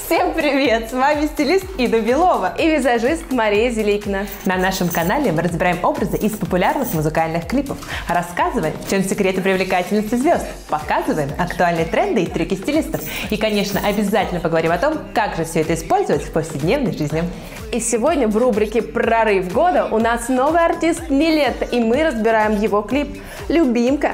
Всем привет! С вами стилист Ида Белова и визажист Мария Зеликина. На нашем канале мы разбираем образы из популярных музыкальных клипов, рассказываем, в чем секреты привлекательности звезд, показываем актуальные тренды и трюки стилистов и, конечно, обязательно поговорим о том, как же все это использовать в повседневной жизни. И сегодня в рубрике «Прорыв года» у нас новый артист Нилетто, и мы разбираем его клип «Любимка».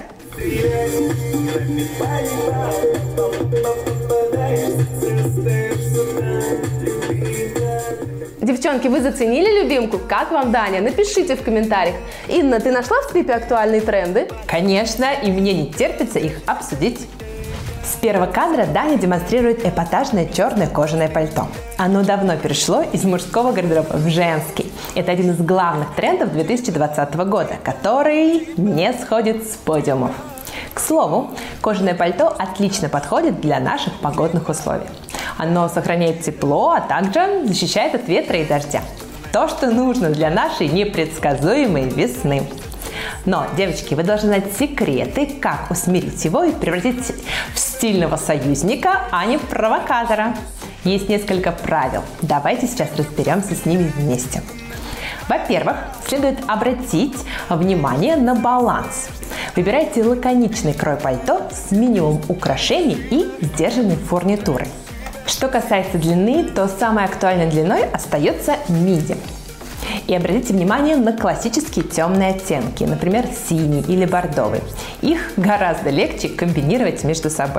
Девчонки, вы заценили любимку? Как вам, Даня? Напишите в комментариях. Инна, ты нашла в клипе актуальные тренды? Конечно, и мне не терпится их обсудить. С первого кадра Даня демонстрирует эпатажное черное кожаное пальто. Оно давно перешло из мужского гардероба в женский. Это один из главных трендов 2020 года, который не сходит с подиумов. К слову, кожаное пальто отлично подходит для наших погодных условий. Оно сохраняет тепло, а также защищает от ветра и дождя. То, что нужно для нашей непредсказуемой весны. Но, девочки, вы должны знать секреты, как усмирить его и превратить в стильного союзника, а не в провокатора. Есть несколько правил. Давайте сейчас разберемся с ними вместе. Во-первых, следует обратить внимание на баланс. Выбирайте лаконичный крой пальто с минимумом украшений и сдержанной фурнитурой. Что касается длины, то самой актуальной длиной остается миди. И обратите внимание на классические темные оттенки, например, синий или бордовый. Их гораздо легче комбинировать между собой.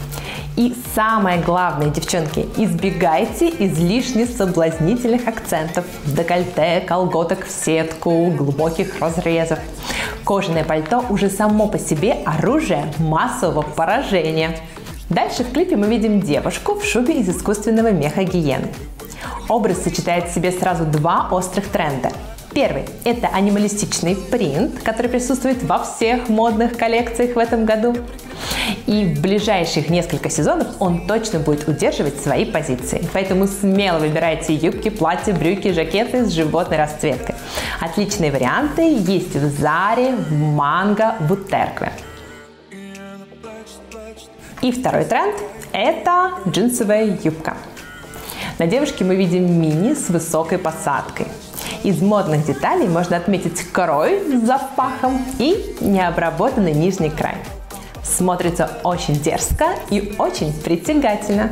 И самое главное, девчонки, избегайте излишне соблазнительных акцентов, декольте, колготок в сетку, глубоких разрезов. Кожаное пальто уже само по себе оружие массового поражения. Дальше в клипе мы видим девушку в шубе из искусственного меха гиены. Образ сочетает в себе сразу два острых тренда. Первый – это анималистичный принт, который присутствует во всех модных коллекциях в этом году. И в ближайших несколько сезонов он точно будет удерживать свои позиции. Поэтому смело выбирайте юбки, платья, брюки, жакеты с животной расцветкой. Отличные варианты есть в Заре, в Манго, в Утеркве. И второй тренд – это джинсовая юбка. На девушке мы видим мини с высокой посадкой. Из модных деталей можно отметить крой с запахом и необработанный нижний край. Смотрится очень дерзко и очень притягательно.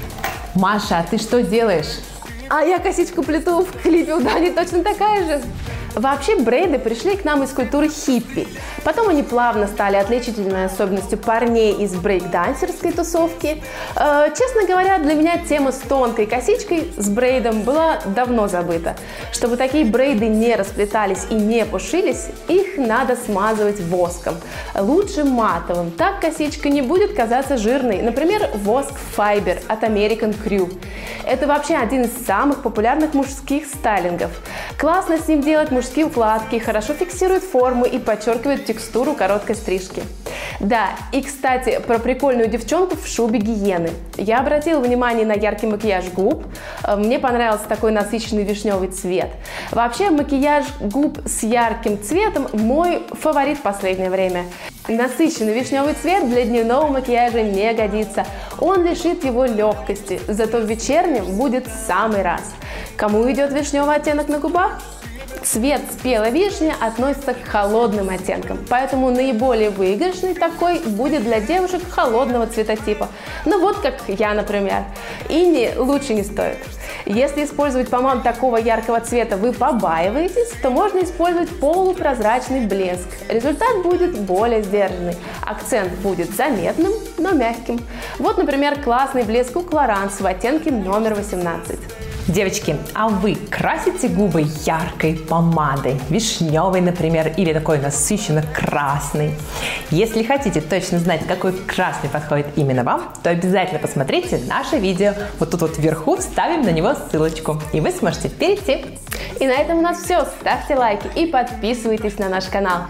Маша, а ты что делаешь? А я косичку плету, в клипе у Дани точно такая же. Вообще брейды пришли к нам из культуры хиппи. Потом они плавно стали отличительной особенностью парней из брейк-дансерской тусовки. Честно говоря, для меня тема с тонкой косичкой, с брейдом, была давно забыта. Чтобы такие брейды не расплетались и не пушились, их надо смазывать воском. Лучше матовым, так косичка не будет казаться жирной. Например, воск Fiber от American Crew. Это вообще один из самых популярных мужских стайлингов. Классно с ним делать мужские укладки, хорошо фиксирует форму и подчеркивает текстуру короткой стрижки. Да, и кстати, про прикольную девчонку в шубе гиены. Я обратила внимание на яркий макияж губ. Мне понравился такой насыщенный вишневый цвет. Вообще, макияж губ с ярким цветом мой фаворит в последнее время. Насыщенный вишневый цвет для дневного макияжа не годится. Он лишит его легкости, зато в вечернем будет в самый раз. Кому идет вишневый оттенок на губах? Цвет спелой вишни относится к холодным оттенкам, поэтому наиболее выигрышный такой будет для девушек холодного цветотипа. Ну вот как я, например. Инне лучше не стоит. Если использовать помаду такого яркого цвета вы побаиваетесь, то можно использовать полупрозрачный блеск. Результат будет более сдержанный. Акцент будет заметным, но мягким. Вот, например, классный блеск у Clarins в оттенке номер 18. Девочки, а вы красите губы яркой помадой, вишневой, например, или такой насыщенно красный? Если хотите точно знать, какой красный подходит именно вам, то обязательно посмотрите наше видео. Вот тут вот вверху вставим на него ссылочку, и вы сможете перейти. И на этом у нас все. Ставьте лайки и подписывайтесь на наш канал.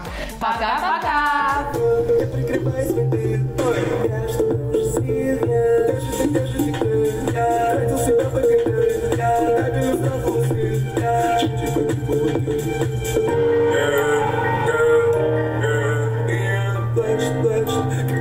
Пока-пока! Flash,